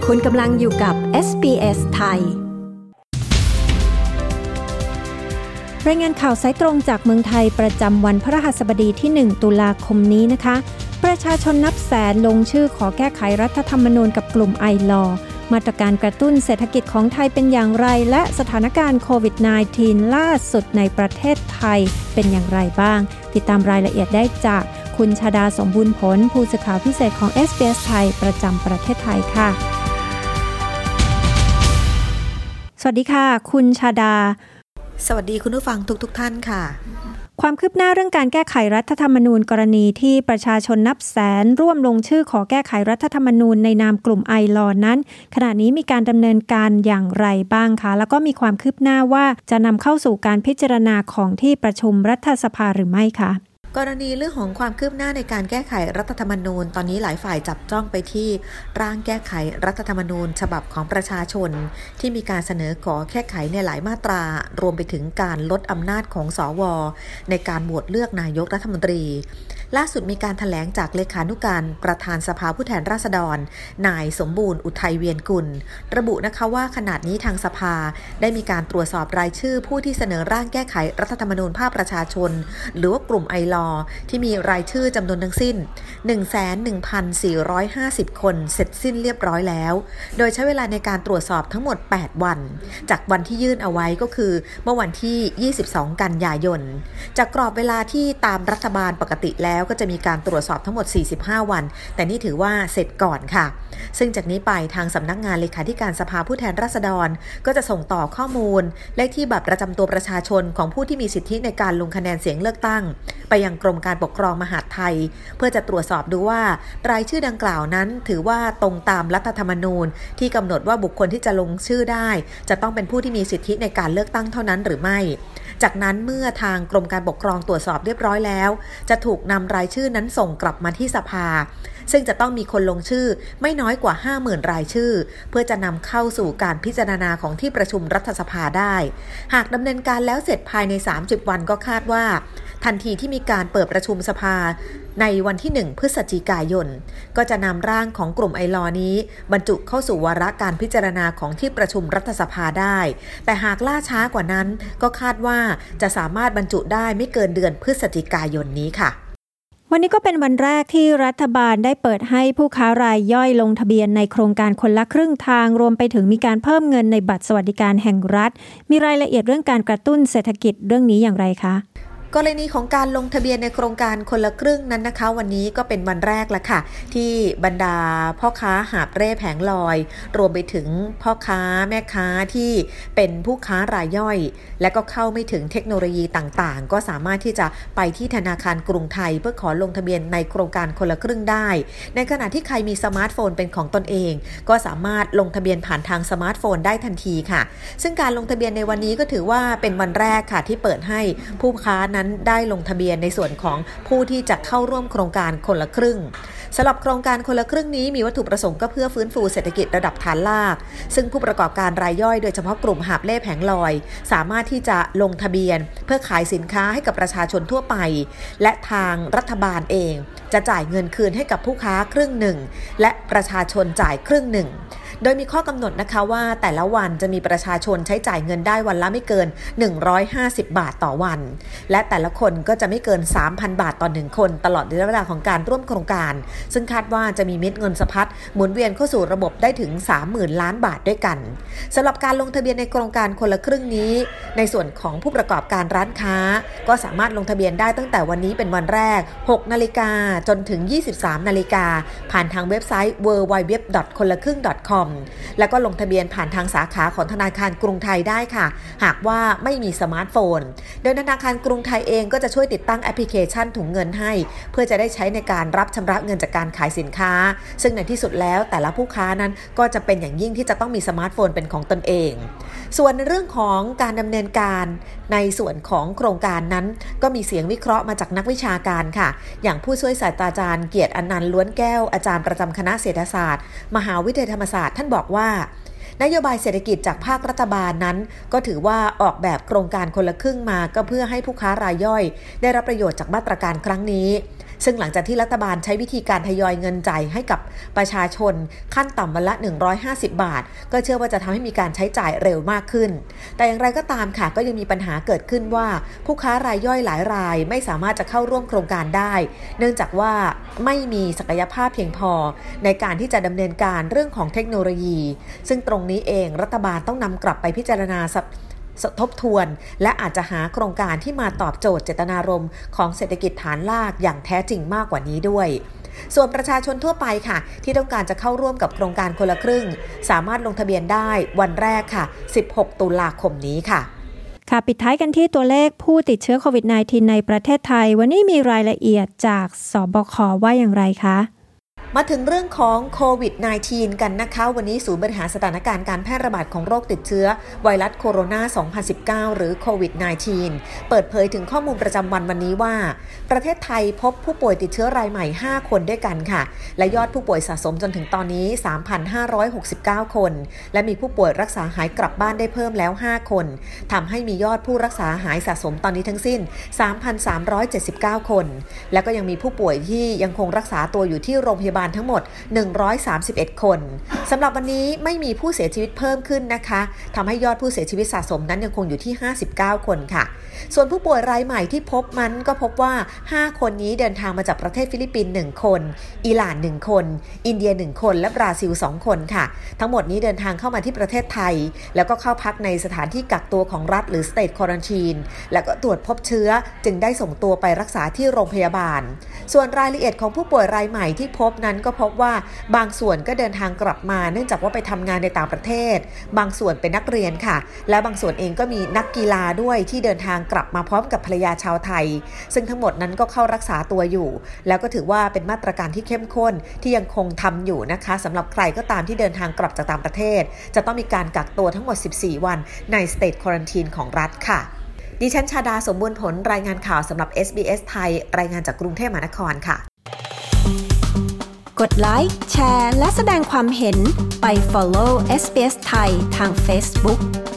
คุณกำลังอยู่กับ SBS ไทยรายงานข่าวสายตรงจากเมืองไทยประจำวันพฤหัสบดีที่1ตุลาคมนี้นะคะประชาชนนับแสนลงชื่อขอแก้ไขรัฐธรรมนูญกับกลุ่มไอลอว์มาตรการกระตุ้นเศรษฐกิจของไทยเป็นอย่างไรและสถานการณ์โควิด -19 ล่าสุดในประเทศไทยเป็นอย่างไรบ้างติดตามรายละเอียดได้จากคุณชฎาสมบูรณ์ผลผู้สื่อข่าวพิเศษของ SBS ไทยประจำประเทศไทยค่ะสวัสดีค่ะคุณชฎาสวัสดีคุณผู้ฟังทุกท่านค่ะความคืบหน้าเรื่องการแก้ไขรัฐธรรมนูญกรณีที่ประชาชนนับแสนร่วมลงชื่อขอแก้ไขรัฐธรรมนูญในนามกลุ่มไอลอว์นั้นขณะนี้มีการดำเนินการอย่างไรบ้างคะแล้วก็มีความคืบหน้าว่าจะนำเข้าสู่การพิจารณาของที่ประชุมรัฐสภาหรือไม่คะกรณีเรื่องของความคืบหน้าในการแก้ไขรัฐธรรมนูญตอนนี้หลายฝ่ายจับจ้องไปที่ร่างแก้ไขรัฐธรรมนูญฉบับของประชาชนที่มีการเสนอขอแก้ไขในหลายมาตรารวมไปถึงการลดอำนาจของสว.ในการโหวตเลือกนายกรัฐมนตรีล่าสุดมีการแถลงจากเลขานุการประธานสภาผู้แทนราษฎรนายสมบูรณ์อุทัยเวียนกุลระบุนะคะว่าขณะนี้ทางสภาได้มีการตรวจสอบรายชื่อผู้ที่เสนอร่างแก้ไขรัฐธรรมนูญภาคประชาชนหรือว่ากลุ่มไอลอว์ที่มีรายชื่อจำนวนทั้งสิ้น 11,450 คนเสร็จสิ้นเรียบร้อยแล้วโดยใช้เวลาในการตรวจสอบทั้งหมด8วันจากวันที่ยื่นเอาไว้ก็คือเมื่อวันที่22กันยายนจากกรอบเวลาที่ตามรัฐบาลปกติแล้วก็จะมีการตรวจสอบทั้งหมด45วันแต่นี่ถือว่าเสร็จก่อนค่ะซึ่งจากนี้ไปทางสำนักงานเลขาธิการสภาผู้แทนราษฎรก็จะส่งต่อข้อมูลเลขที่บัตรประจำตัวประชาชนของผู้ที่มีสิทธิในการลงคะแนนเสียงเลือกตั้งไปยังกรมการปกครองมหาดไทยเพื่อจะตรวจสอบดูว่ารายชื่อดังกล่าวนั้นถือว่าตรงตามรัฐธรรมนูญที่กำหนดว่าบุคคลที่จะลงชื่อได้จะต้องเป็นผู้ที่มีสิทธิในการเลือกตั้งเท่านั้นหรือไม่จากนั้นเมื่อทางกรมการปกครองตรวจสอบเรียบร้อยแล้วจะถูกนำรายชื่อนั้นส่งกลับมาที่สภาซึ่งจะต้องมีคนลงชื่อไม่น้อยกว่า 50,000 รายชื่อเพื่อจะนำเข้าสู่การพิจารณาของที่ประชุมรัฐสภาได้หากดำเนินการแล้วเสร็จภายใน30วันก็คาดว่าทันทีที่มีการเปิดประชุมสภาในวันที่1พฤศจิกายนก็จะนำร่างของกลุ่มไอลอว์นี้บรรจุเข้าสู่วาระการพิจารณาของที่ประชุมรัฐสภาได้แต่หากล่าช้ากว่านั้นก็คาดว่าจะสามารถบรรจุได้ไม่เกินเดือนพฤศจิกายนนี้ค่ะวันนี้ก็เป็นวันแรกที่รัฐบาลได้เปิดให้ผู้ค้ารายย่อยลงทะเบียนในโครงการคนละครึ่งทางรวมไปถึงมีการเพิ่มเงินในบัตรสวัสดิการแห่งรัฐมีรายละเอียดเรื่องการกระตุ้นเศรษฐกิจเรื่องนี้อย่างไรคะกรณีของการลงทะเบียนในโครงการคนละครึ่งนั้นนะคะวันนี้ก็เป็นวันแรกแล้วค่ะที่บรรดาพ่อค้าหาบเร่แผงลอยรวมไปถึงพ่อค้าแม่ค้าที่เป็นผู้ค้ารายย่อยและก็เข้าไม่ถึงเทคโนโลยีต่างๆก็สามารถที่จะไปที่ธนาคารกรุงไทยเพื่อขอลงทะเบียนในโครงการคนละครึ่งได้ในขณะที่ใครมีสมาร์ทโฟนเป็นของตนเองก็สามารถลงทะเบียนผ่านทางสมาร์ทโฟนได้ทันทีค่ะซึ่งการลงทะเบียนในวันนี้ก็ถือว่าเป็นวันแรกค่ะที่เปิดให้ผู้ค้านั้นได้ลงทะเบียนในส่วนของผู้ที่จะเข้าร่วมโครงการคนละครึ่งสำหรับโครงการคนละครึ่งนี้มีวัตถุประสงค์ก็เพื่อฟื้นฟูเศรษฐกิจระดับฐานรากซึ่งผู้ประกอบการรายย่อยโดยเฉพาะกลุ่มหาบเล่แผงลอยสามารถที่จะลงทะเบียนเพื่อขายสินค้าให้กับประชาชนทั่วไปและทางรัฐบาลเองจะจ่ายเงินคืนให้กับผู้ค้าครึ่งหนึ่งและประชาชนจ่ายครึ่งหนึ่งโดยมีข้อกำหนดนะคะว่าแต่ละวันจะมีประชาชนใช้จ่ายเงินได้วันละไม่เกิน150บาทต่อวันและแต่ละคนก็จะไม่เกิน 3,000 บาทต่อ1คนตลอดระยะเวลาของการร่วมโครงการซึ่งคาดว่าจะมีเม็ดเงินสะพัดหมุนเวียนเข้าสู่ระบบได้ถึง 30,000 ล้านบาทด้วยกันสำหรับการลงทะเบียนในโครงการคนละครึ่งนี้ในส่วนของผู้ประกอบการร้านค้าก็สามารถลงทะเบียนได้ตั้งแต่วันนี้เป็นวันแรก 6:00 น.จนถึง 23:00 น.ผ่านทางเว็บไซต์ www.konlakring.comแล้วก็ลงทะเบียนผ่านทางสาขาของธนาคารกรุงไทยได้ค่ะหากว่าไม่มีสมาร์ทโฟนโดยธนาคารกรุงไทยเองก็จะช่วยติดตั้งแอปพลิเคชันถุงเงินให้เพื่อจะได้ใช้ในการรับชำระเงินจากการขายสินค้าซึ่งในที่สุดแล้วแต่ละผู้ค้านั้นก็จะเป็นอย่างยิ่งที่จะต้องมีสมาร์ทโฟนเป็นของตนเองส่วนในเรื่องของการดำเนินการในส่วนของโครงการนั้นก็มีเสียงวิเคราะห์มาจากนักวิชาการค่ะอย่างผู้ช่วยศาสตราจารย์เกียรติอนันต์ล้วนแก้วอาจารย์ประจำคณะเศรษฐศาสตร์มหาวิทยาลัยธรรมศาสตร์ท่านบอกว่า นโยบายเศรษฐกิจจากภาครัฐบาลนั้นก็ถือว่าออกแบบโครงการคนละครึ่งมาก็เพื่อให้ผู้ค้ารายย่อยได้รับประโยชน์จากมาตรการครั้งนี้ซึ่งหลังจากที่รัฐบาลใช้วิธีการทยอยเงินจ่ายให้กับประชาชนขั้นต่ำวันละ150 บาทก็เชื่อว่าจะทำให้มีการใช้จ่ายเร็วมากขึ้นแต่อย่างไรก็ตามค่ะก็ยังมีปัญหาเกิดขึ้นว่าผู้ค้ารายย่อยหลายรายไม่สามารถจะเข้าร่วมโครงการได้เนื่องจากว่าไม่มีศักยภาพเพียงพอในการที่จะดำเนินการเรื่องของเทคโนโลยีซึ่งตรงนี้เองรัฐบาลต้องนำกลับไปพิจารณาทบทวนและอาจจะหาโครงการที่มาตอบโจทย์เจตนารมณ์ของเศรษฐกิจฐานรากอย่างแท้จริงมากกว่านี้ด้วยส่วนประชาชนทั่วไปค่ะที่ต้องการจะเข้าร่วมกับโครงการคนละครึ่งสามารถลงทะเบียนได้วันแรกค่ะ16 ตุลาคมนี้ค่ะปิดท้ายกันที่ตัวเลขผู้ติดเชื้อโควิด -19 ในประเทศไทยวันนี้มีรายละเอียดจากสบคว่าอย่างไรคะมาถึงเรื่องของโควิด -19 กันนะคะวันนี้ศูนย์บริหารสถานการณ์การแพร่ระบาดของโรคติดเชื้อไวรัสโคโรนา 2019 หรือโควิด -19 เปิดเผยถึงข้อมูลประจำวันนี้ว่าประเทศไทยพบผู้ป่วยติดเชื้อรายใหม่5คนด้วยกันค่ะและยอดผู้ป่วยสะสมจนถึงตอนนี้ 3,569 คนและมีผู้ป่วยรักษาหายกลับบ้านได้เพิ่มแล้ว5คนทำให้มียอดผู้รักษาหายสะสมตอนนี้ทั้งสิ้น 3,379 คนและก็ยังมีผู้ป่วยที่ยังคงรักษาตัวอยู่ที่โรงพยาบาลทั้งหมด131คนสำหรับวันนี้ไม่มีผู้เสียชีวิตเพิ่มขึ้นนะคะทำให้ยอดผู้เสียชีวิตสะสมนั้นยังคงอยู่ที่59คนค่ะส่วนผู้ป่วยรายใหม่ที่พบมันก็พบว่า5คนนี้เดินทางมาจากประเทศฟิลิปปินส์1คนอิหร่าน1คนอินเดีย1คนและบราซิล2คนค่ะทั้งหมดนี้เดินทางเข้ามาที่ประเทศไทยแล้วก็เข้าพักในสถานที่กักตัวของรัฐหรือ State Quarantine แล้วก็ตรวจพบเชื้อจึงได้ส่งตัวไปรักษาที่โรงพยาบาลส่วนรายละเอียดของผู้ป่วยรายใหม่ที่พบนั้นก็พบว่าบางส่วนก็เดินทางกลับมาเนื่องจากว่าไปทำงานในต่างประเทศบางส่วนเป็นนักเรียนค่ะและบางส่วนเองก็มีนักกีฬาด้วยที่เดินทางกลับมาพร้อมกับภรรยาชาวไทยซึ่งทั้งหมดนั้นก็เข้ารักษาตัวอยู่แล้วก็ถือว่าเป็นมาตรการที่เข้มข้นที่ยังคงทำอยู่นะคะสำหรับใครก็ตามที่เดินทางกลับจากต่างประเทศจะต้องมีการกักตัวทั้งหมด14วันใน State Quarantine ของรัฐค่ะดิฉันชาดาสมบูรณ์ผลรายงานข่าวสำหรับ SBS ไทยรายงานจากกรุงเทพมหานครค่ะกดไลค์แชร์และแสดงความเห็นไป follow SBS ไทยทาง Facebook